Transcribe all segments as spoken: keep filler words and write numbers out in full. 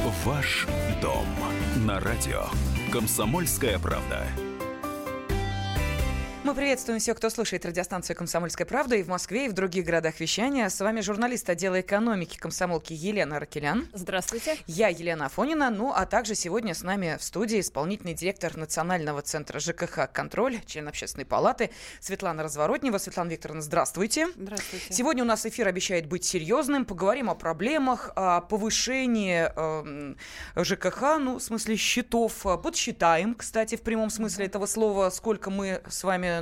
Ваш дом на радио «Комсомольская правда». Мы приветствуем всех, кто слушает радиостанцию «Комсомольская правда» и в Москве, и в других городах вещания. С вами журналист отдела экономики комсомолки Елена Аракелян. Здравствуйте. Я Елена Афонина. Ну, а также сегодня с нами в студии исполнительный директор Национального центра ЖКХ «Контроль», член Общественной палаты Светлана Разворотнева. Светлана Викторовна, здравствуйте. Здравствуйте. Сегодня у нас эфир обещает быть серьезным. Поговорим о проблемах, о повышении э, ЖКХ, ну, в смысле счетов. Подсчитаем, кстати, в прямом смысле этого слова, сколько мы с вами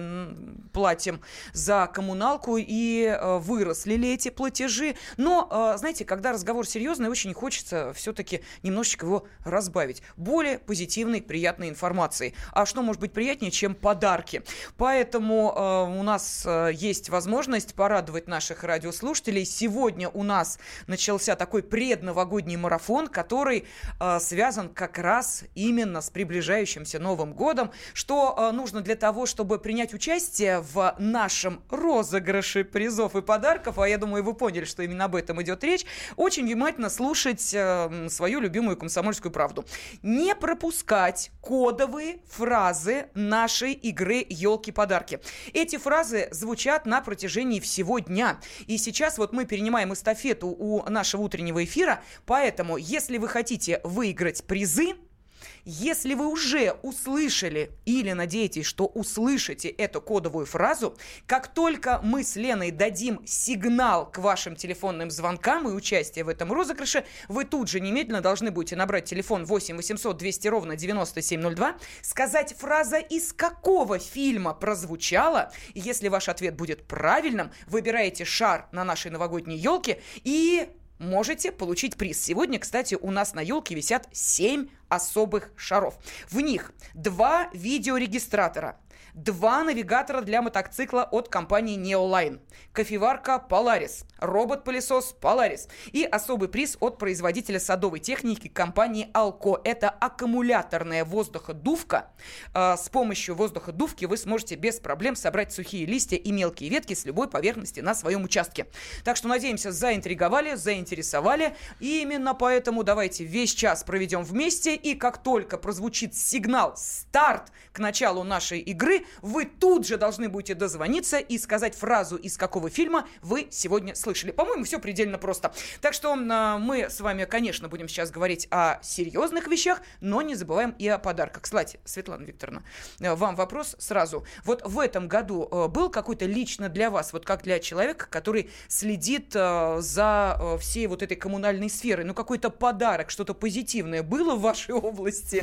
платим за коммуналку и э, выросли ли эти платежи. Но, э, знаете, когда разговор серьезный, очень хочется все-таки немножечко его разбавить. Более позитивной, приятной информации. А что может быть приятнее, чем подарки? Поэтому э, у нас э, есть возможность порадовать наших радиослушателей. Сегодня у нас начался такой предновогодний марафон, который э, связан как раз именно с приближающимся Новым годом. Что э, нужно для того, чтобы принять участие в нашем розыгрыше призов и подарков, а я думаю, вы поняли, что именно об этом идет речь, очень внимательно слушать э, свою любимую комсомольскую правду. Не пропускать кодовые фразы нашей игры «Елки-подарки». Эти фразы звучат на протяжении всего дня. И сейчас вот мы перенимаем эстафету у нашего утреннего эфира, поэтому, если вы хотите выиграть призы, если вы уже услышали или надеетесь, что услышите эту кодовую фразу, как только мы с Леной дадим сигнал к вашим телефонным звонкам и участие в этом розыгрыше, вы тут же немедленно должны будете набрать телефон восемь восемьсот двести ровно девяносто семь ноль два, сказать фраза из какого фильма прозвучала. И если ваш ответ будет правильным, выбираете шар на нашей новогодней елке и можете получить приз. Сегодня, кстати, у нас на елке висят семь особых шаров. В них два видеорегистратора, два навигатора для мотоцикла от компании Neoline, кофеварка Polaris, робот-пылесос Polaris и особый приз от производителя садовой техники компании Alco. Это аккумуляторная воздуходувка. С помощью воздуходувки вы сможете без проблем собрать сухие листья и мелкие ветки с любой поверхности на своем участке. Так что, надеемся, заинтриговали, заинтересовали. И именно поэтому давайте весь час проведем вместе. И как только прозвучит сигнал «Старт» к началу нашей игры, вы тут же должны будете дозвониться и сказать фразу, из какого фильма вы сегодня слышали. По-моему, все предельно просто. Так что э, мы с вами, конечно, будем сейчас говорить о серьезных вещах, но не забываем и о подарках. Кстати, Светлана Викторовна, э, вам вопрос сразу. Вот в этом году э, был какой-то лично для вас, вот как для человека, который следит э, за э, всей вот этой коммунальной сферой, ну какой-то подарок, что-то позитивное было в вашей области?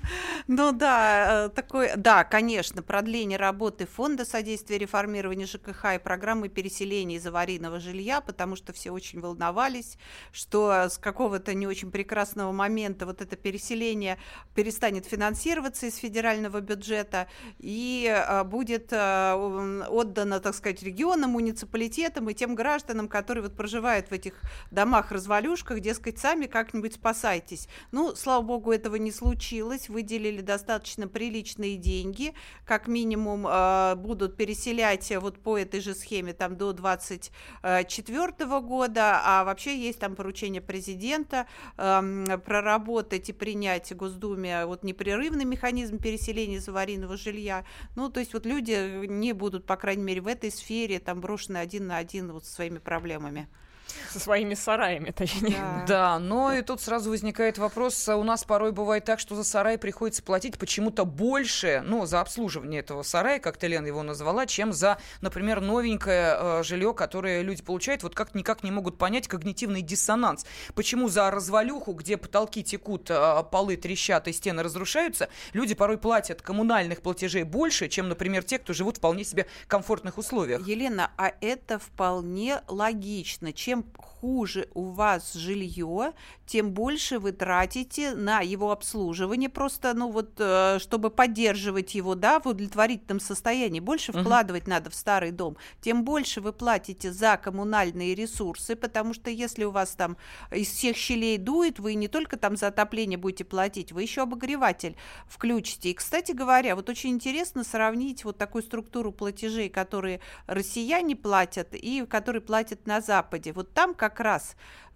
Ну да, такой, да, конечно, продление работы Фонда содействия реформированию ЖКХ и программы переселения из аварийного жилья, потому что все очень волновались, что с какого-то не очень прекрасного момента вот это переселение перестанет финансироваться из федерального бюджета и будет отдано, так сказать, регионам, муниципалитетам и тем гражданам, которые вот проживают в этих домах-развалюшках, дескать, сами как-нибудь спасайтесь. Ну, слава богу, этого не случилось, выделили достаточно приличные деньги, как минимум э, будут переселять вот по этой же схеме там до двадцать четвёртого года, а вообще есть там поручение президента э, проработать и принять в Госдуме вот непрерывный механизм переселения из аварийного жилья. Ну, то есть вот люди не будут, по крайней мере, в этой сфере там брошены один на один вот со своими проблемами. Со своими сараями, точнее. Да. да, но и тут сразу возникает вопрос, у нас порой бывает так, что за сарай приходится платить почему-то больше, ну, за обслуживание этого сарая, как ты, Лена, его назвала, чем за, например, новенькое э, жилье, которое люди получают, вот как никак не могут понять когнитивный диссонанс. Почему за развалюху, где потолки текут, э, полы трещат и стены разрушаются, люди порой платят коммунальных платежей больше, чем, например, те, кто живут в вполне себе комфортных условиях. Елена, а это вполне логично. Чем хуже у вас жилье, тем больше вы тратите на его обслуживание, просто, ну вот, чтобы поддерживать его, да, в удовлетворительном состоянии. Больше uh-huh. вкладывать надо в старый дом, тем больше вы платите за коммунальные ресурсы, потому что если у вас там из всех щелей дует, вы не только там за отопление будете платить, вы еще обогреватель включите. И, кстати говоря, вот очень интересно сравнить вот такую структуру платежей, которые россияне платят и которые платят на Западе. Вот там как раз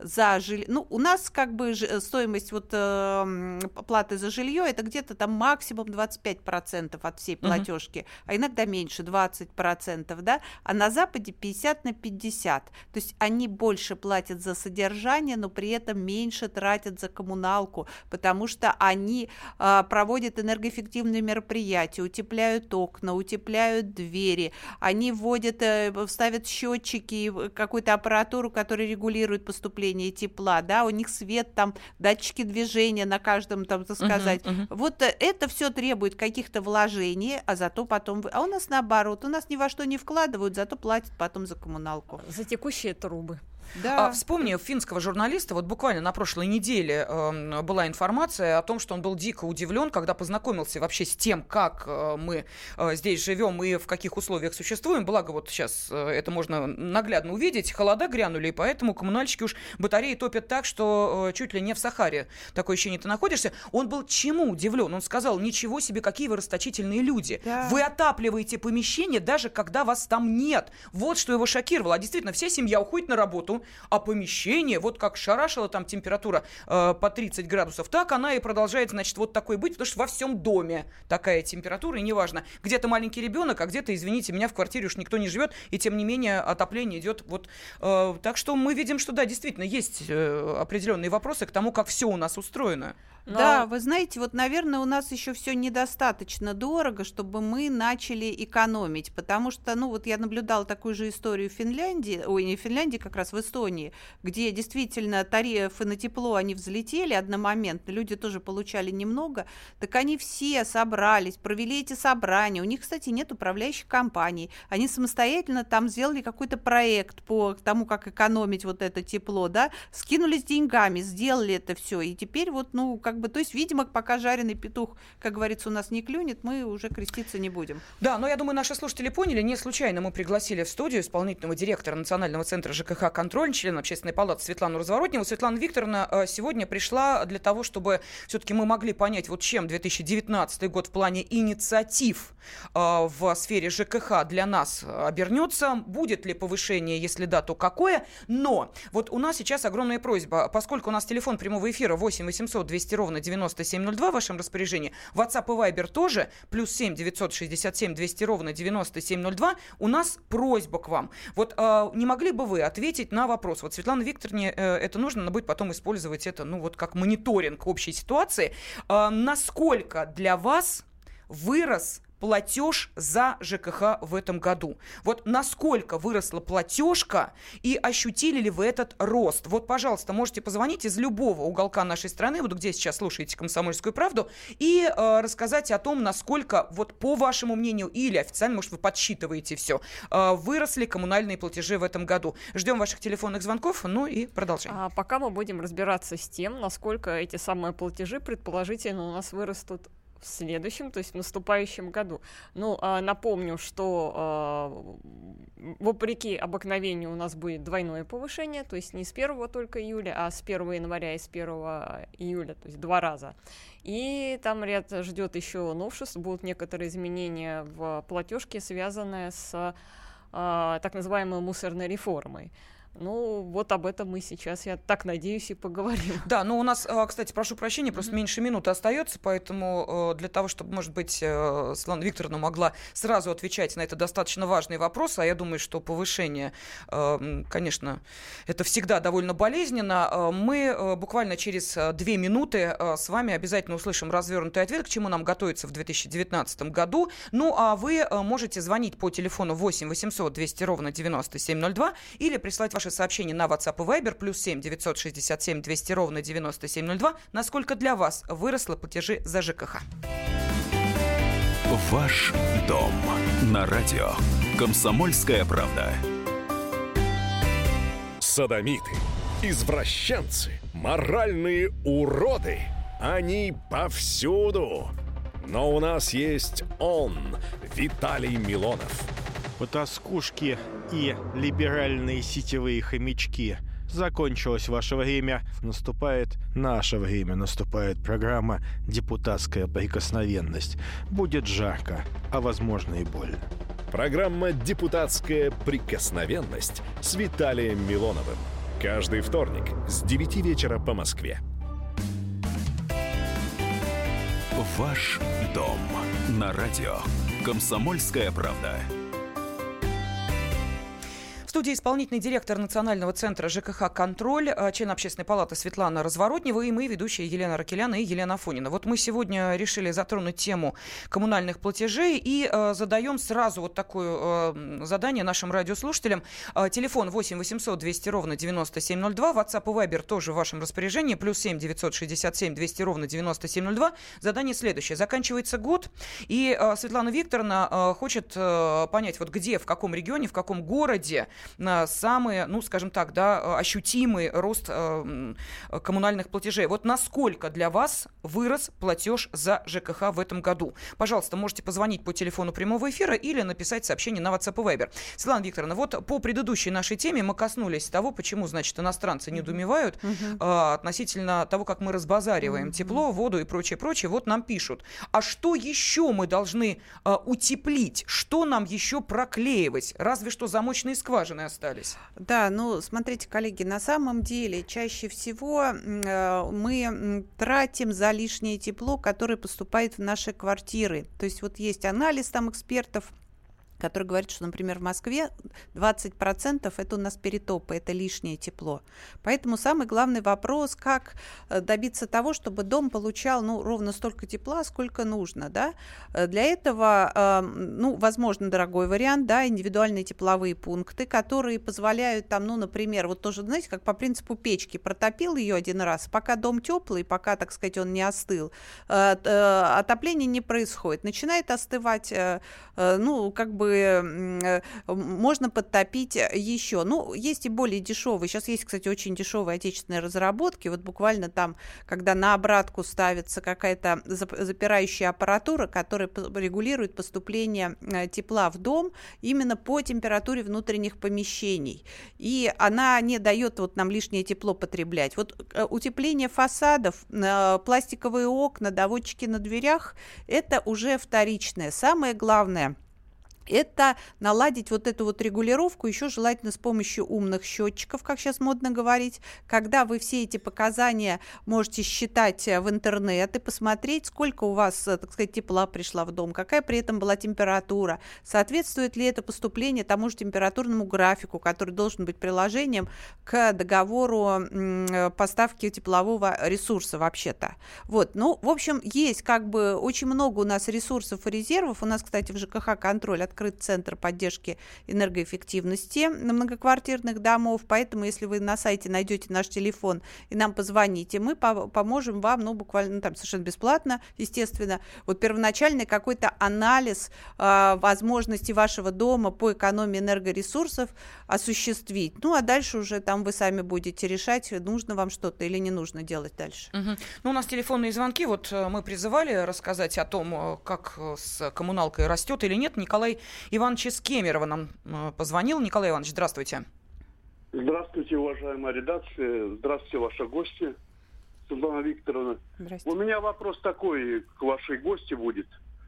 за жилье. Ну, у нас как бы ж, стоимость вот э, платы за жилье это где-то там максимум двадцать пять процентов от всей платежки, uh-huh. а иногда меньше, двадцать процентов, да, а на Западе пятьдесят на пятьдесят. То есть они больше платят за содержание, но при этом меньше тратят за коммуналку, потому что они э, проводят энергоэффективные мероприятия, утепляют окна, утепляют двери, они вводят, э, ставят счетчики, какую-то аппаратуру, которая регулирует поступление тепла, да, у них свет, там, датчики движения на каждом, там, так сказать. Uh-huh, uh-huh. Вот это все требует каких-то вложений, а зато потом... А у нас наоборот, у нас ни во что не вкладывают, зато платят потом за коммуналку. За текущие трубы. Да. А, вспомни финского журналиста, вот буквально на прошлой неделе э, была информация о том, что он был дико удивлен, когда познакомился вообще с тем, как э, мы э, здесь живем и в каких условиях существуем. Благо, вот сейчас э, это можно наглядно увидеть. Холода грянули, и поэтому коммунальщики уж батареи топят так, что э, чуть ли не в Сахаре такое ощущение ты находишься. Он был чему удивлен? Он сказал: ничего себе, какие вы расточительные люди. Да. Вы отапливаете помещение, даже когда вас там нет. Вот что его шокировало. А действительно, вся семья уходит на работу, а помещение, вот как шарашила там температура э, по тридцать градусов, так она и продолжает, значит, вот такой быть, потому что во всем доме такая температура, и неважно, где-то маленький ребенок, а где-то, извините меня, в квартире уж никто не живет, и тем не менее отопление идет вот. Э, так что мы видим, что да, действительно, есть э, определенные вопросы к тому, как все у нас устроено. Но... Да, вы знаете, вот, наверное, у нас еще все недостаточно дорого, чтобы мы начали экономить, потому что, ну, вот я наблюдала такую же историю в Финляндии, ой, не в Финляндии, как раз в Эстонии, где действительно тарифы на тепло, они взлетели одномоментно, люди тоже получали немного, так они все собрались, провели эти собрания, у них, кстати, нет управляющих компаний, они самостоятельно там сделали какой-то проект по тому, как экономить вот это тепло, да, скинулись деньгами, сделали это все, и теперь вот, ну, как Как бы, то есть, видимо, пока жареный петух, как говорится, у нас не клюнет, мы уже креститься не будем. Да, но я думаю, наши слушатели поняли. Не случайно мы пригласили в студию исполнительного директора Национального центра ЖКХ «Контроль», члена Общественной палаты Светлану Разворотневу. Светлана Викторовна сегодня пришла для того, чтобы все-таки мы могли понять, вот чем две тысячи девятнадцатый год в плане инициатив в сфере ЖКХ для нас обернется. Будет ли повышение, если да, то какое? Но вот у нас сейчас огромная просьба, поскольку у нас телефон прямого эфира восемь восемьсот двести ровно девяносто семь ноль два в вашем распоряжении. WhatsApp и Viber тоже. Плюс семь девятьсот шестьдесят семь двести ровно девяносто семь ноль два. У нас просьба к вам. Вот э, не могли бы вы ответить на вопрос? Вот Светлане Викторовне э, это нужно, она будет потом использовать это, ну вот как мониторинг общей ситуации. Э, насколько для вас вырос платеж за ЖКХ в этом году? Вот насколько выросла платежка и ощутили ли вы этот рост? Вот, пожалуйста, можете позвонить из любого уголка нашей страны, вот где сейчас слушаете «Комсомольскую правду», и э, рассказать о том, насколько, вот по вашему мнению, или официально, может, вы подсчитываете все, э, выросли коммунальные платежи в этом году. Ждем ваших телефонных звонков, ну и продолжаем. А пока мы будем разбираться с тем, насколько эти самые платежи предположительно у нас вырастут в следующем, то есть в наступающем году. Ну, а, напомню, что а, вопреки обыкновению у нас будет двойное повышение, то есть не с первого только июля, а с первого января и с первого июля, то есть два раза. И там ряд ждет еще новшеств, будут некоторые изменения в платежке, связанные с а, так называемой мусорной реформой. Ну, вот об этом мы сейчас, я так надеюсь, и поговорим. Да, ну у нас, кстати, прошу прощения, просто mm-hmm. меньше минуты остается, поэтому для того, чтобы, может быть, Светлана Викторовна могла сразу отвечать на это достаточно важный вопрос, а я думаю, что повышение, конечно, это всегда довольно болезненно, мы буквально через две минуты с вами обязательно услышим развернутый ответ, к чему нам готовиться в две тысячи девятнадцатом году. Ну, а вы можете звонить по телефону восемь восемьсот двести ровно девяносто семь ноль два или прислать ваше сообщение на WhatsApp и Viber плюс семь девятьсот шестьдесят семь двести ровно девяносто семь ноль два. Насколько для вас выросли платежи за ЖКХ? Ваш дом на радио «Комсомольская правда». Содомиты, извращенцы, моральные уроды. Они повсюду. Но у нас есть он, Виталий Милонов. Потаскушки и либеральные сетевые хомячки. Закончилось ваше время, наступает наше время, наступает программа «Депутатская прикосновенность». Будет жарко, а возможно и больно. Программа «Депутатская прикосновенность» с Виталием Милоновым. Каждый вторник с девяти вечера по Москве. Ваш дом на радио «Комсомольская правда». В студии исполнительный директор Национального центра ЖКХ «Контроль», член Общественной палаты Светлана Разворотнева и мы, ведущие Елена Ракеляна и Елена Афонина. Вот мы сегодня решили затронуть тему коммунальных платежей и э, задаем сразу вот такое э, задание нашим радиослушателям. Э, телефон восемь восемьсот двести ровно девяносто семь ноль два, WhatsApp и Viber тоже в вашем распоряжении, плюс семь девятьсот шестьдесят семь двести ровно девяносто семь ноль два. Задание следующее. Заканчивается год, и э, Светлана Викторовна э, хочет э, понять, вот где, в каком регионе, в каком городе на самый, ну, скажем так, да, ощутимый рост э, коммунальных платежей. Вот насколько для вас вырос платеж за ЖКХ в этом году? Пожалуйста, можете позвонить по телефону прямого эфира или написать сообщение на WhatsApp и Viber. Светлана Викторовна, вот по предыдущей нашей теме мы коснулись того, почему, значит, иностранцы недоумевают uh-huh. э, относительно того, как мы разбазариваем uh-huh. тепло, воду и прочее, прочее. Вот нам пишут. А что еще мы должны э, утеплить? Что нам еще проклеивать? Разве что замочные скважины остались. Да, ну, смотрите, коллеги, на самом деле чаще всего э, мы тратим за лишнее тепло, которое поступает в наши квартиры. То есть вот есть анализ там экспертов, который говорит, что, например, в Москве двадцать процентов это у нас перетопы, это лишнее тепло. Поэтому самый главный вопрос, как добиться того, чтобы дом получал, ну, ровно столько тепла, сколько нужно, да. Для этого, ну, возможно, дорогой вариант, да, индивидуальные тепловые пункты, которые позволяют там, ну, например, вот тоже, знаете, как по принципу печки, протопил ее один раз, пока дом теплый, пока, так сказать, он не остыл, отопление не происходит. Начинает остывать, ну, как бы можно подтопить еще. Ну, есть и более дешевые. Сейчас есть, кстати, очень дешевые отечественные разработки. Вот буквально там, когда на обратку ставится какая-то запирающая аппаратура, которая регулирует поступление тепла в дом именно по температуре внутренних помещений. И она не дает вот нам лишнее тепло потреблять. Вот утепление фасадов, пластиковые окна, доводчики на дверях – это уже вторичное. Самое главное – это наладить вот эту вот регулировку, еще желательно с помощью умных счетчиков, как сейчас модно говорить, когда вы все эти показания можете считать в интернет и посмотреть, сколько у вас, так сказать, тепла пришла в дом, какая при этом была температура, соответствует ли это поступление тому же температурному графику, который должен быть приложением к договору поставки теплового ресурса вообще-то. Вот, ну, в общем, есть как бы очень много у нас ресурсов и резервов. У нас, кстати, в ЖКХ «Контроль» открыт Центр поддержки энергоэффективности многоквартирных домов, поэтому если вы на сайте найдете наш телефон и нам позвоните, мы по- поможем вам, ну, буквально, ну, там совершенно бесплатно, естественно, вот первоначальный какой-то анализ э, возможностей вашего дома по экономии энергоресурсов осуществить. Ну, а дальше уже там вы сами будете решать, нужно вам что-то или не нужно делать дальше. Угу. Ну, у нас телефонные звонки, вот мы призывали рассказать о том, как с коммуналкой растет или нет. Николай Иванович из Кемерово нам позвонил. Николай Иванович, здравствуйте. Здравствуйте, уважаемая редакция. Здравствуйте, ваши гости. Светлана Викторовна. У меня вопрос такой к вашей гости будет.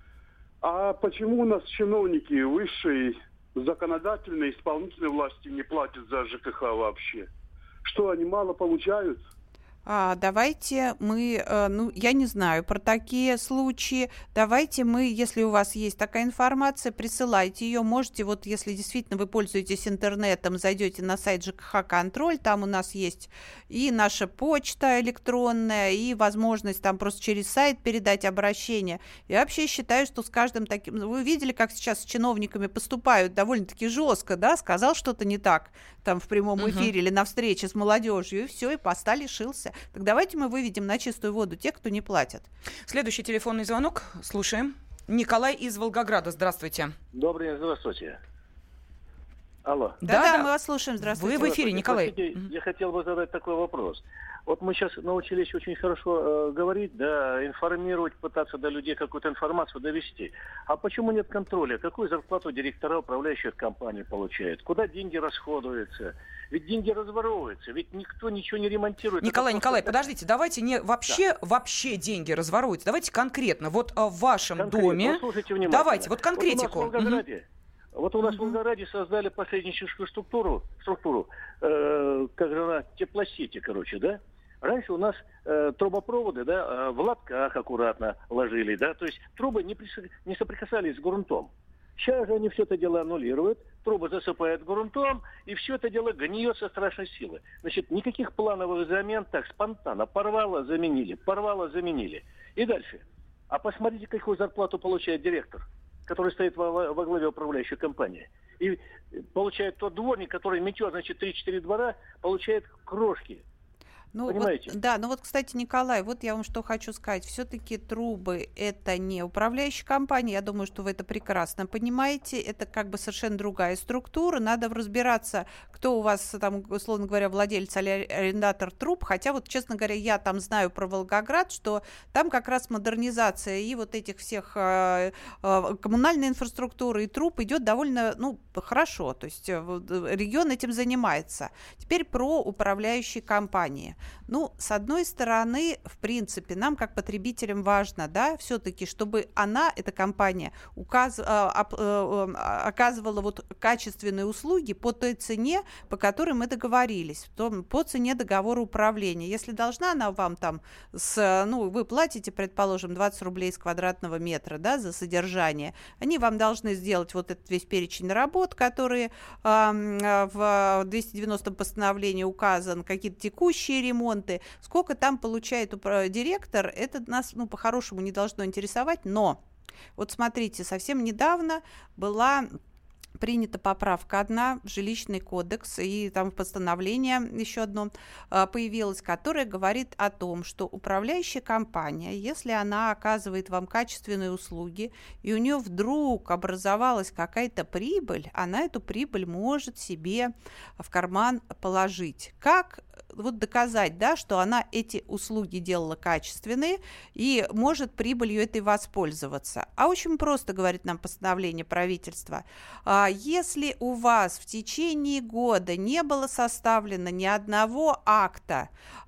А почему у нас чиновники высшей законодательной, исполнительной власти не платят за ЖКХ вообще? Что, они мало получают? А, давайте мы, э, ну, я не знаю про такие случаи, давайте мы, если у вас есть такая информация, присылайте ее, можете, вот если действительно вы пользуетесь интернетом, зайдете на сайт ЖКХ «Контроль», там у нас есть и наша почта электронная, и возможность там просто через сайт передать обращение. Я вообще считаю, что с каждым таким, вы видели, как сейчас с чиновниками поступают довольно-таки жестко, да, сказал что-то не так, там в прямом эфире uh-huh. или на встрече с молодежью, и все, и поста лишился. Так давайте мы выведем на чистую воду тех, кто не платит. Следующий телефонный звонок. Слушаем. Николай из Волгограда. Здравствуйте. Добрый день, здравствуйте. Алло. Да-да, мы вас слушаем. Здравствуйте. Вы в эфире, Николай. Простите, я хотел бы задать такой вопрос. Вот мы сейчас научились очень хорошо э, говорить, да, информировать, пытаться до людей какую-то информацию довести. А почему нет контроля? Какую зарплату директора управляющих компаний получают? Куда деньги расходуются? Ведь деньги разворовываются, ведь никто ничего не ремонтирует. Николай, Николай, просто... подождите, давайте не вообще, да. вообще деньги разворовываются. Давайте конкретно. Вот в вашем конкретно. доме. Ну, слушайте внимательно. Давайте, вот конкретику. Вот у нас в Волгограде, Вот у нас Uh-huh. в Волгограде создали посредническую структуру, структуру э, как же она, теплосети, короче, да? Раньше у нас э, трубопроводы, да, в лотках аккуратно ложили, да, то есть трубы не, прис- не соприкасались с грунтом. Сейчас же они все это дело аннулируют, трубы засыпают грунтом, и все это дело гниет со страшной силы. Значит, никаких плановых замен, так, спонтанно, порвало, заменили, порвало, заменили. И дальше. А посмотрите, какую зарплату получает директор, который стоит во, во главе управляющей компании. И получает тот дворник, который метет, значит, три-четыре двора, получает крошки. Ну, Понимаете? Вот, да, ну вот, кстати, Николай, вот я вам что хочу сказать. Все-таки трубы – это не управляющая компания. Я думаю, что вы это прекрасно понимаете. Это как бы совершенно другая структура. Надо разбираться, кто у вас, там, условно говоря, владелец или арендатор труб. Хотя вот, честно говоря, я там знаю про Волгоград, что там как раз модернизация и вот этих всех э, э, коммунальной инфраструктуры и труб идет довольно, ну, хорошо. То есть э, регион этим занимается. Теперь про управляющие компании. Ну, с одной стороны, в принципе, нам, как потребителям, важно, да, все-таки, чтобы она, эта компания, указ, оказывала вот качественные услуги по той цене, по которой мы договорились, по цене договора управления. Если должна она вам там, с, ну, вы платите, предположим, двадцать рублей с квадратного метра, да, за содержание, они вам должны сделать вот этот весь перечень работ, которые э, в двести девяностом постановлении указан, какие-то текущие ремонты, ремонты. Сколько там получает директор, это нас, ну, по-хорошему не должно интересовать, но вот смотрите, совсем недавно была принята поправка одна в жилищный кодекс, и там постановление еще одно появилось, которое говорит о том, что управляющая компания, если она оказывает вам качественные услуги, и у нее вдруг образовалась какая-то прибыль, она эту прибыль может себе в карман положить. Как вот доказать, да, что она эти услуги делала качественные и может прибылью этой воспользоваться? А очень просто, говорит нам постановление правительства. Если у вас в течение года не было составлено ни одного акта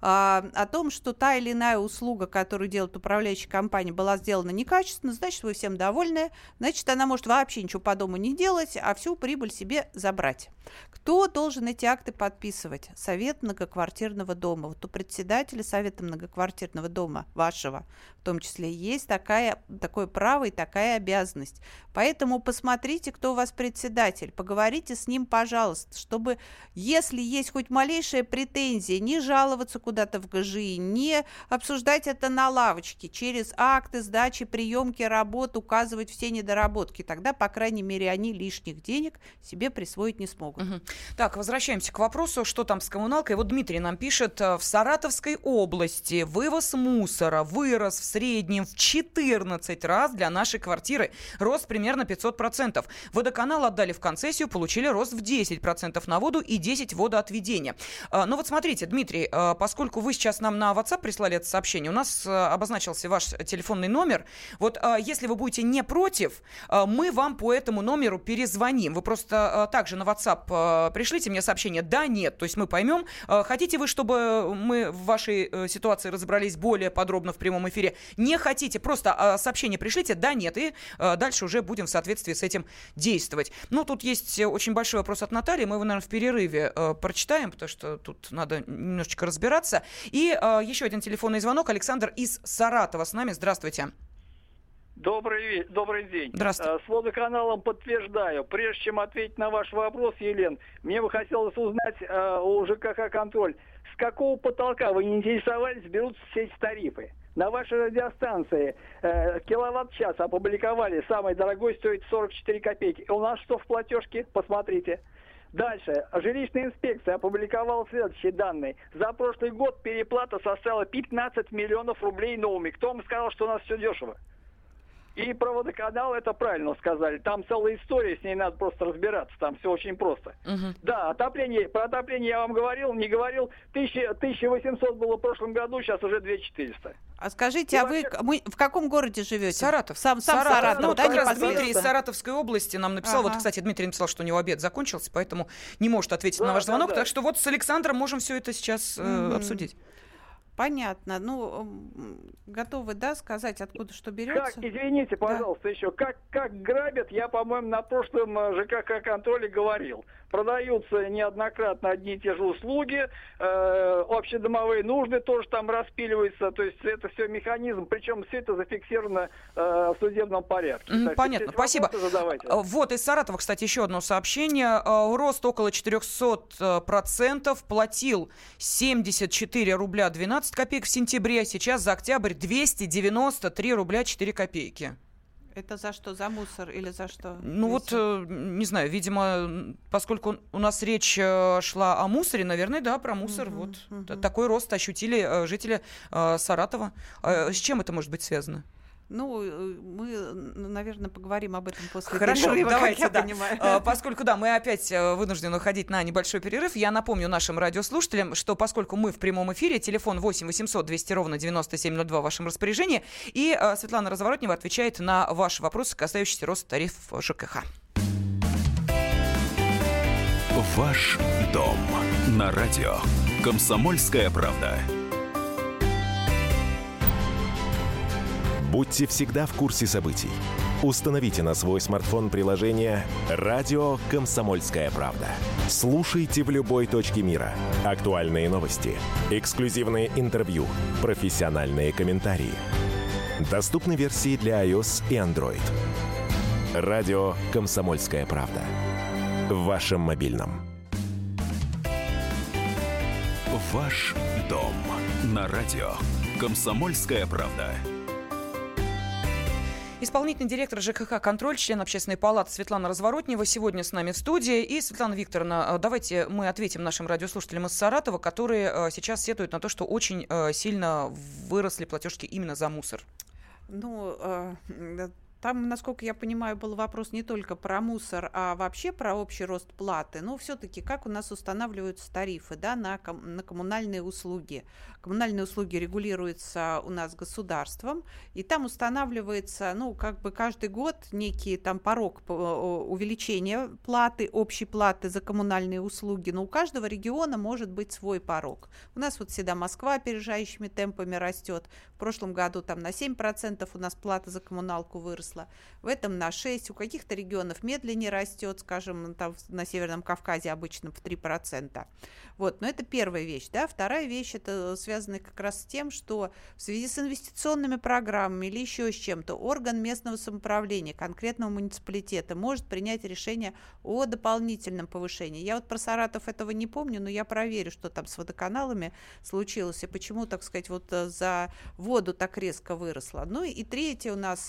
о том, что та или иная услуга, которую делает управляющая компания, была сделана некачественно, значит, вы всем довольны, значит, она может вообще ничего по дому не делать, а всю прибыль себе забрать. Кто должен эти акты подписывать? Совет многоквартирного дома. Вот у председателя Совета многоквартирного дома вашего, в том числе, есть такая, такое право и такая обязанность. Поэтому посмотрите, кто у вас председатель, поговорите с ним, пожалуйста, чтобы, если есть хоть малейшая претензия, не жаловаться куда-то в ГЖИ, не обсуждать это на лавочке, через акты сдачи, приемки работ указывать все недоработки. Тогда, по крайней мере, они лишних денег себе присвоить не смогут. Угу. Так, возвращаемся к вопросу, что там с коммуналкой. Вот Дмитрий нам пишет, в Саратовской области вывоз мусора вырос в среднем в четырнадцать раз для нашей квартиры. Рост примерно пятьсот процентов. Водоканал отдали в концессию, получили рост в десять процентов на воду и десять процентов водоотведения. Ну вот смотрите, Дмитрий, поскольку вы сейчас нам на WhatsApp прислали это сообщение, у нас обозначился ваш телефонный номер. Вот если вы будете не против, мы вам по этому номеру перезвоним. Вы просто также на WhatsApp пришлите мне сообщение «да», «нет». То есть мы поймем, хотите вы, чтобы мы в вашей ситуации разобрались более подробно в прямом эфире. Не хотите, просто сообщение пришлите «да», «нет». И дальше уже будем в соответствии с этим действовать. Ну, тут есть очень большой вопрос от Натальи. Мы его, наверное, в перерыве прочитаем, потому что тут надо немножечко разбираться. И еще один телефонный звонок. Александр из Саратова с нами. Здравствуйте. Добрый, добрый день. Здравствуйте. С водоканалом подтверждаю. Прежде чем ответить на ваш вопрос, Елен, мне бы хотелось узнать э, у ЖКХ «Контроль», с какого потолка, вы не интересовались, берутся все эти тарифы? На вашей радиостанции э, киловатт-час опубликовали, самый дорогой стоит сорок четыре копейки. У нас что в платежке? Посмотрите. Дальше. Жилищная инспекция опубликовала следующие данные. За прошлый год переплата составила пятнадцать миллионов рублей новыми. Кто вам сказал, что у нас все дешево? И про водоканал это правильно сказали. Там целая история, с ней надо просто разбираться. Там все очень просто. Uh-huh. Да, отопление. Про отопление я вам говорил, не говорил. тысяча восемьсот было в прошлом году, сейчас уже две тысячи четыреста. А скажите, и а вообще... вы в каком городе живете? Саратов. Сам, сам Саратов. Саратов. Ну, да, как раз Дмитрий из Саратовской области нам написал. Ага. Вот, кстати, Дмитрий написал, что у него обед закончился, поэтому не может ответить да, на ваш звонок. Да, да. Так что вот с Александром можем все это сейчас э, mm-hmm. обсудить. Понятно. Ну, готовы, да, сказать, откуда что берется? Как, извините, пожалуйста, да. еще, как, как грабят, я, по-моему, на прошлом ЖКХ-контроле говорил. Продаются неоднократно одни и те же услуги, э, общедомовые нужды тоже там распиливаются, то есть это все механизм, причем все это зафиксировано э, в судебном порядке. Mm, понятно, спасибо. Вот из Саратова, кстати, еще одно сообщение. Рост около четыреста процентов, платил семьдесят четыре рубля двенадцать копеек в сентябре, сейчас за октябрь двести девяносто три рубля четыре копейки. Это за что? За мусор или за что? Ну вот, э, не знаю, видимо, поскольку у нас речь шла о мусоре, наверное, да, про мусор. Uh-huh, вот uh-huh. Такой рост ощутили э, жители э, Саратова. Э, с чем это может быть связано? Ну, мы, наверное, поговорим об этом после Хорошо, перерыва, давайте, как я да. понимаю. А, поскольку, да, мы опять вынуждены уходить на небольшой перерыв, я напомню нашим радиослушателям, что поскольку мы в прямом эфире, телефон восемь восемьсот двести ровно девяносто семь ноль два в вашем распоряжении, и а, Светлана Разворотнева отвечает на ваши вопросы, касающиеся роста тарифов ЖКХ. Ваш дом на радио «Комсомольская правда». Будьте всегда в курсе событий. Установите на свой смартфон приложение «Радио Комсомольская правда». Слушайте в любой точке мира. Актуальные новости, эксклюзивные интервью, профессиональные комментарии. Доступны версии для iOS и Android. «Радио Комсомольская правда». В вашем мобильном. Ваш дом на радио «Комсомольская правда». Исполнительный директор ЖКХ «Контроль», член Общественной палаты Светлана Разворотнева сегодня с нами в студии. И, Светлана Викторовна, давайте мы ответим нашим радиослушателям из Саратова, которые сейчас сетуют на то, что очень сильно выросли платежки именно за мусор. Ну, э, там, насколько я понимаю, был вопрос не только про мусор, а вообще про общий рост платы. Но все-таки как у нас устанавливаются тарифы, да, на, ком- на коммунальные услуги. Коммунальные услуги регулируются у нас государством, и там устанавливается, ну, как бы каждый год некий там порог увеличения платы, общей платы за коммунальные услуги. Но у каждого региона может быть свой порог. У нас вот всегда Москва опережающими темпами растет. В прошлом году там на семь процентов у нас плата за коммуналку выросла. В этом на шесть процентов. У каких-то регионов медленнее растет, скажем, там на Северном Кавказе обычно в три процента. Вот, но это первая вещь, да. Вторая вещь, это связано как раз с тем, что в связи с инвестиционными программами или еще с чем-то орган местного самоуправления конкретного муниципалитета может принять решение о дополнительном повышении. Я вот про Саратов этого не помню, но я проверю, что там с водоканалами случилось и почему, так сказать, вот за воду так резко выросло. Ну и третье у нас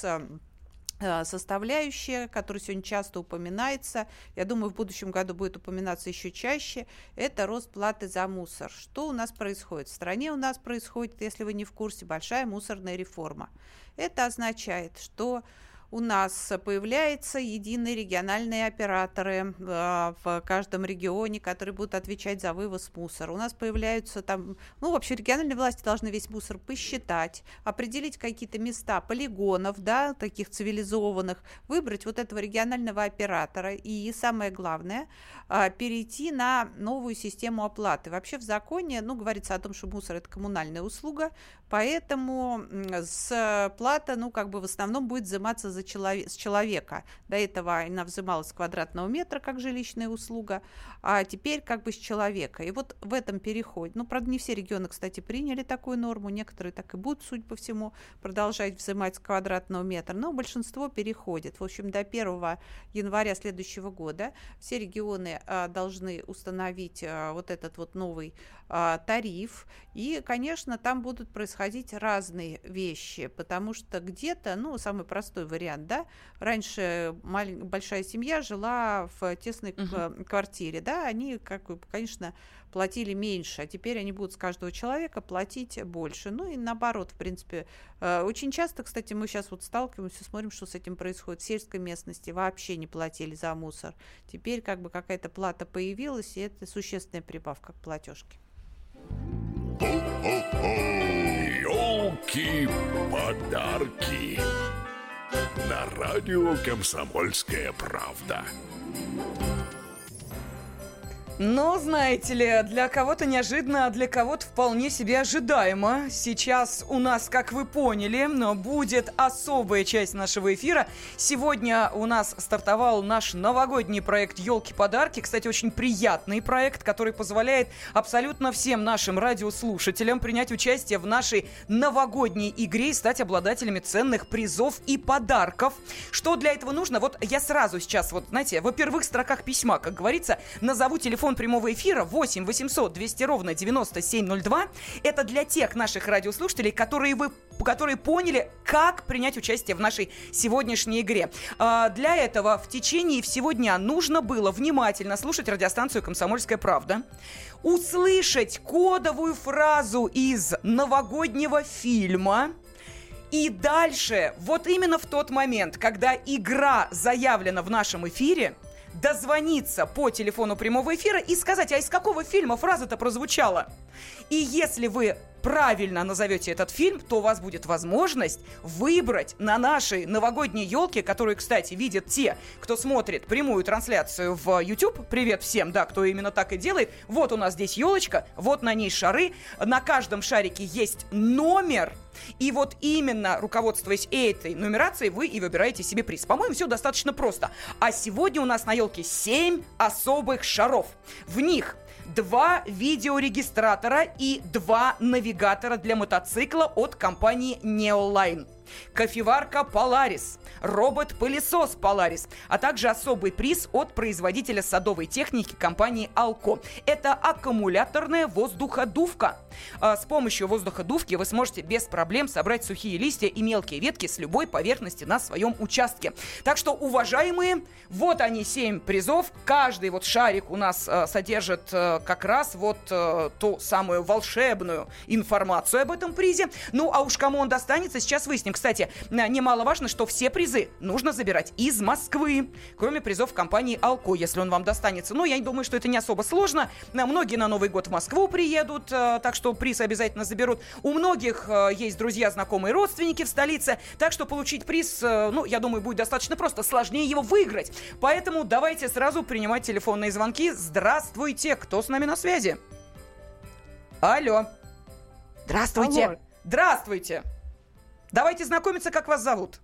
составляющая, которая сегодня часто упоминается, я думаю, в будущем году будет упоминаться еще чаще, это рост платы за мусор. Что у нас происходит? В стране у нас происходит, если вы не в курсе, большая мусорная реформа. Это означает, что у нас появляются единые региональные операторы э, в каждом регионе, которые будут отвечать за вывоз мусора. У нас появляются там, ну, вообще региональные власти должны весь мусор посчитать, определить какие-то места полигонов, да, таких цивилизованных, выбрать вот этого регионального оператора и, самое главное, э, перейти на новую систему оплаты. Вообще в законе, ну, говорится о том, что мусор – это коммунальная услуга, поэтому с плата, ну, как бы в основном будет взиматься за человек, с человека. До этого она взималась с квадратного метра, как жилищная услуга, а теперь как бы с человека. И вот в этом переходе, ну, правда, не все регионы, кстати, приняли такую норму, некоторые так и будут, судя по всему, продолжать взимать с квадратного метра, но большинство переходит. В общем, до первого января следующего года все регионы а, должны установить а, вот этот вот новый а, тариф, и, конечно, там будут происходить разные вещи, потому что где-то, ну, самый простой вариант, да, раньше малень... большая семья жила в тесной uh-huh. квартире, да, они, как бы, конечно, платили меньше, а теперь они будут с каждого человека платить больше. Ну и наоборот, в принципе, очень часто, кстати, мы сейчас вот сталкиваемся, смотрим, что с этим происходит. В сельской местности вообще не платили за мусор. Теперь как бы какая-то плата появилась, и это существенная прибавка к платежке. Ёлки-подарки на радио «Комсомольская правда». Но, знаете ли, для кого-то неожиданно, а для кого-то вполне себе ожидаемо. Сейчас у нас, как вы поняли, будет особая часть нашего эфира. Сегодня у нас стартовал наш новогодний проект «Елки-подарки». Кстати, очень приятный проект, который позволяет абсолютно всем нашим радиослушателям принять участие в нашей новогодней игре и стать обладателями ценных призов и подарков. Что для этого нужно? Вот я сразу сейчас, вот знаете, во первых строках письма, как говорится, назову телефон прямого эфира восемь восемьсот двести ровно девяносто семь ноль два. Это для тех наших радиослушателей, которые, вы, которые поняли, как принять участие в нашей сегодняшней игре. А, для этого в течение всего дня нужно было внимательно слушать радиостанцию «Комсомольская правда», услышать кодовую фразу из новогоднего фильма. И дальше, вот именно в тот момент, когда игра заявлена в нашем эфире, дозвониться по телефону прямого эфира и сказать, а из какого фильма фраза-то прозвучала. И если вы правильно назовете этот фильм, то у вас будет возможность выбрать на нашей новогодней елке, которую, кстати, видят те, кто смотрит прямую трансляцию в YouTube. Привет всем, да, кто именно так и делает. Вот у нас здесь елочка, вот на ней шары. На каждом шарике есть номер. И вот именно руководствуясь этой нумерацией, вы и выбираете себе приз. По-моему, все достаточно просто. А сегодня у нас на елке семь особых шаров. В них два видеорегистратора и два навигатора для мотоцикла от компании Neoline. Кофеварка Polaris, робот-пылесос Polaris, а также особый приз от производителя садовой техники компании Alco. Это аккумуляторная воздуходувка. С помощью воздуходувки вы сможете без проблем собрать сухие листья и мелкие ветки с любой поверхности на своем участке. Так что, уважаемые, вот они, семь призов. Каждый вот шарик у нас э, содержит э, как раз вот э, ту самую волшебную информацию об этом призе. Ну, а уж кому он достанется, сейчас выясним. Кстати, немаловажно, что все призы нужно забирать из Москвы, кроме призов компании Alco, если он вам достанется. Но я думаю, что это не особо сложно. Многие на Новый год в Москву приедут, так что приз обязательно заберут. У многих есть друзья, знакомые, родственники в столице, так что получить приз, ну, я думаю, будет достаточно просто. Сложнее его выиграть. Поэтому давайте сразу принимать телефонные звонки. Здравствуйте, кто с нами на связи? Алло. Здравствуйте. Алло. Здравствуйте. Давайте знакомиться, как вас зовут.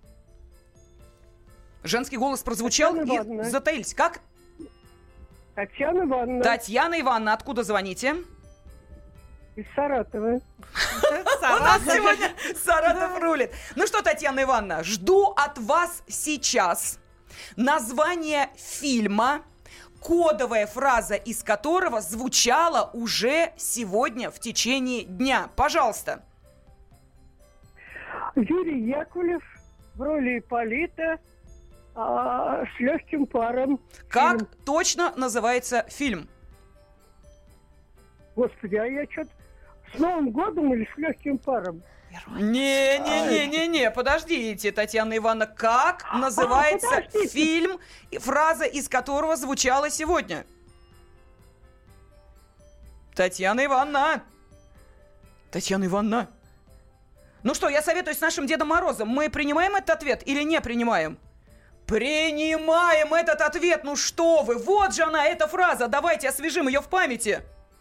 Женский голос прозвучал и затаились. Как? Татьяна Ивановна. Татьяна Ивановна, откуда звоните? Из Саратова. У нас сегодня Саратов рулит. Ну что, Татьяна Ивановна, жду от вас сейчас название фильма, кодовая фраза из которого звучала уже сегодня в течение дня. Пожалуйста. Юрий Яковлев в роли Ипполита а, с легким паром. Как фильм. Точно называется фильм? Господи, а я что-то с Новым годом или с легким паром? Не-не-не-не-не, подождите, Татьяна Ивановна, как называется а, фильм, фраза из которого звучала сегодня? Татьяна Ивановна! Татьяна Ивановна! Ну что, я советую с нашим Дедом Морозом. Мы принимаем этот ответ или не принимаем? Принимаем этот ответ! Ну что вы, вот же она, эта фраза. Давайте освежим ее в памяти.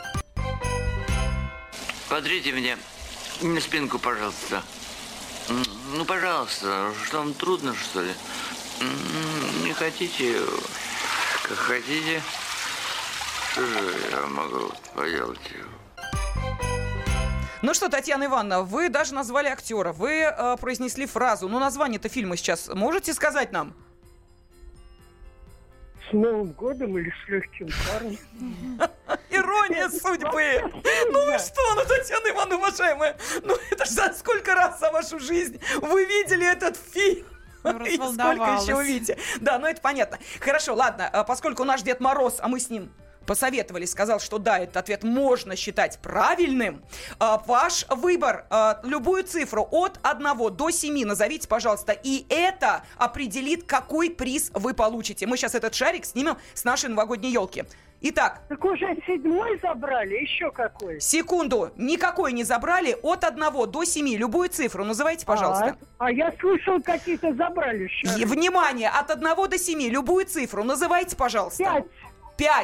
Смотрите мне на спинку, пожалуйста. Ну, пожалуйста, что вам трудно, что ли? Не хотите, как хотите. Что же я могу поделать? Ну что, Татьяна Ивановна, вы даже назвали актера, вы э, произнесли фразу. Ну, название-то фильма сейчас можете сказать нам? С Новым годом или с легким паром? Ирония судьбы. Ну вы что, ну, Татьяна Ивановна, уважаемая, ну это ж за сколько раз за вашу жизнь вы видели этот фильм? И сколько еще увидите. Да, ну это понятно. Хорошо, ладно, поскольку наш Дед Мороз, а мы с ним посоветовали, сказал, что да, этот ответ можно считать правильным. А, ваш выбор, а, любую цифру от одного до семи назовите, пожалуйста, и это определит, какой приз вы получите. Мы сейчас этот шарик снимем с нашей новогодней елки. Итак. Так уже седьмой забрали, еще какой? Секунду, никакой не забрали, от одного до семи, любую цифру называйте, пожалуйста. А, а я слышал, какие-то забрали еще. И, внимание, от одного до семи, любую цифру называйте, пожалуйста. Пять. Пять.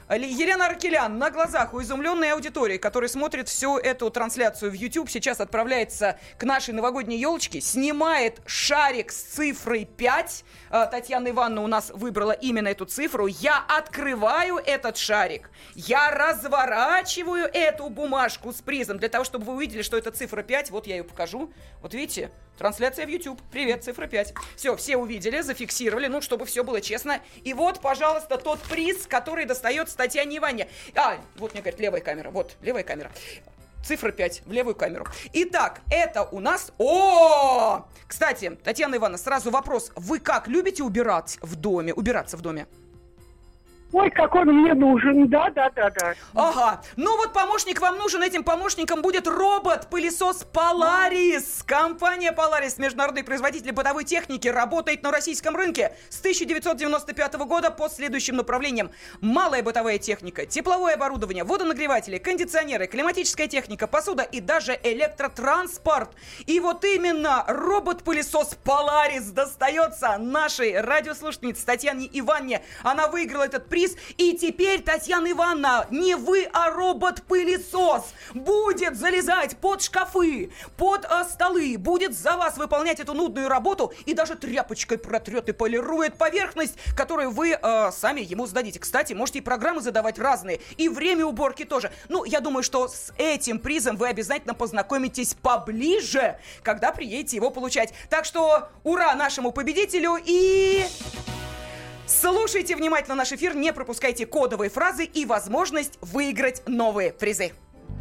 Елена Аркелян на глазах у изумленной аудитории, которая смотрит всю эту трансляцию в YouTube, сейчас отправляется к нашей новогодней елочке, снимает шарик с цифрой пять. Татьяна Ивановна у нас выбрала именно эту цифру. Я открываю этот шарик, я разворачиваю эту бумажку с призом для того, чтобы вы увидели, что это цифра пять. Вот я ее покажу. Вот видите? Трансляция в YouTube. Привет, цифра пять. Все, все увидели, зафиксировали, ну, чтобы все было честно. И вот, пожалуйста, тот приз, который достается Татьяне Ивановне. А, вот мне говорят, левая камера. Вот, левая камера. Цифра пять в левую камеру. Итак, это у нас... О! Кстати, Татьяна Ивановна, сразу вопрос. Вы как, любите убирать в доме, убираться в доме? Ой, как он мне нужен, да-да-да-да. Ага, ну вот помощник вам нужен, этим помощником будет робот-пылесос Polaris. Компания Polaris, международный производитель бытовой техники, работает на российском рынке с тысяча девятьсот девяносто пятого года по следующим направлениям. Малая бытовая техника, тепловое оборудование, водонагреватели, кондиционеры, климатическая техника, посуда и даже электротранспорт. И вот именно робот-пылесос Polaris достается нашей радиослушательнице Татьяне Ивановне. Она выиграла этот приз. И теперь, Татьяна Ивановна, не вы, а робот-пылесос будет залезать под шкафы, под э, столы, будет за вас выполнять эту нудную работу и даже тряпочкой протрет и полирует поверхность, которую вы э, сами ему сдадите. Кстати, можете и программы задавать разные, и время уборки тоже. Ну, я думаю, что с этим призом вы обязательно познакомитесь поближе, когда приедете его получать. Так что ура нашему победителю и... Слушайте внимательно наш эфир, не пропускайте кодовые фразы и возможность выиграть новые призы.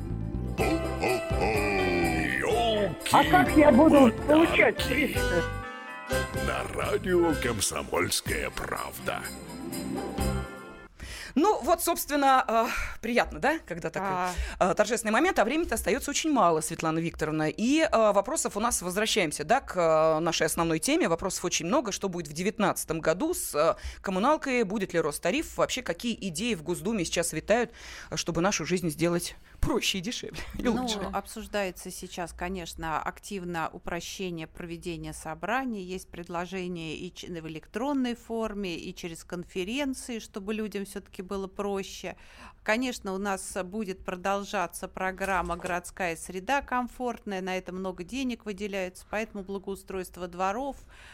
А как я буду получать приз? На радио «Комсомольская правда». Ну, вот, собственно, э, приятно, да, когда такой э, торжественный момент, а времени-то остается очень мало, Светлана Викторовна. И э, вопросов у нас, возвращаемся, да, к э, нашей основной теме. Вопросов очень много. Что будет в две тысячи девятнадцатом году с э, коммуналкой? Будет ли рост тарифов? Вообще, какие идеи в Госдуме сейчас витают, чтобы нашу жизнь сделать проще и дешевле? И ну, лучше. Обсуждается сейчас, конечно, активно упрощение проведения собраний. Есть предложения и в электронной форме, и через конференции, чтобы людям все-таки было проще. Конечно, у нас будет продолжаться программа «Городская среда комфортная», на это много денег выделяется, поэтому благоустройство дворов,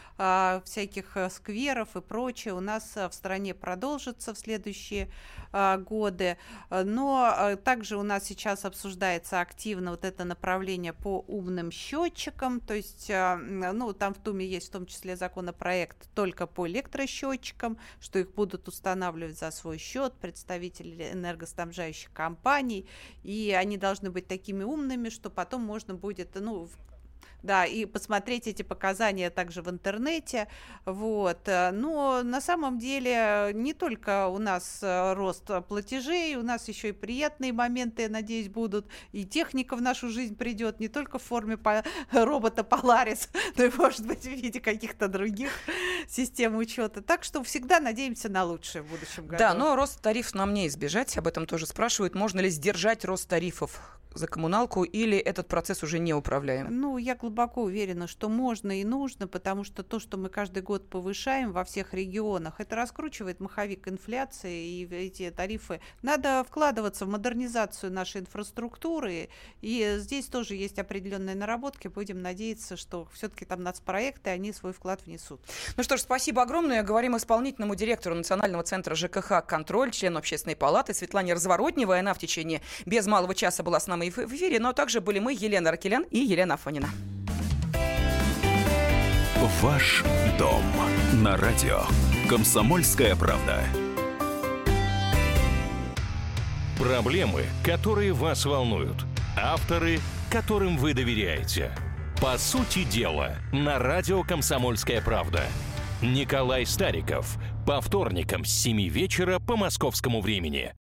всяких скверов и прочее у нас в стране продолжится в следующие годы. Но также у нас сейчас обсуждается активно вот это направление по умным счетчикам, то есть, ну, там в Думе есть в том числе законопроект только по электросчетчикам, что их будут устанавливать за свой счет представители энергоснабжающих компаний, и они должны быть такими умными, что потом можно будет, ну, да, и посмотреть эти показания также в интернете. Вот. Но на самом деле не только у нас рост платежей, у нас еще и приятные моменты, я надеюсь, будут. И техника в нашу жизнь придет не только в форме робота Polaris, но и, может быть, в виде каких-то других систем учета. Так что всегда надеемся на лучшее в будущем году. Да, но рост тарифов нам не избежать. Об этом тоже спрашивают. Можно ли сдержать рост тарифов за коммуналку, или этот процесс уже неуправляем? Ну, я глубоко уверена, что можно и нужно, потому что то, что мы каждый год повышаем во всех регионах, это раскручивает маховик инфляции, и эти тарифы. Надо вкладываться в модернизацию нашей инфраструктуры, и здесь тоже есть определенные наработки. Будем надеяться, что все-таки там нацпроекты, они свой вклад внесут. Ну что ж, спасибо огромное. Говорим исполнительному директору Национального центра ЖКХ «Контроль», члену Общественной палаты Светлане Разворотневой. Она в течение без малого часа была с нами в эфире, но также были мы, Елена Аркелян и Елена Афонина. Ваш дом на радио «Комсомольская правда». Проблемы, которые вас волнуют. Авторы, которым вы доверяете. По сути дела, на радио «Комсомольская правда». Николай Стариков. По вторникам с семи вечера по московскому времени.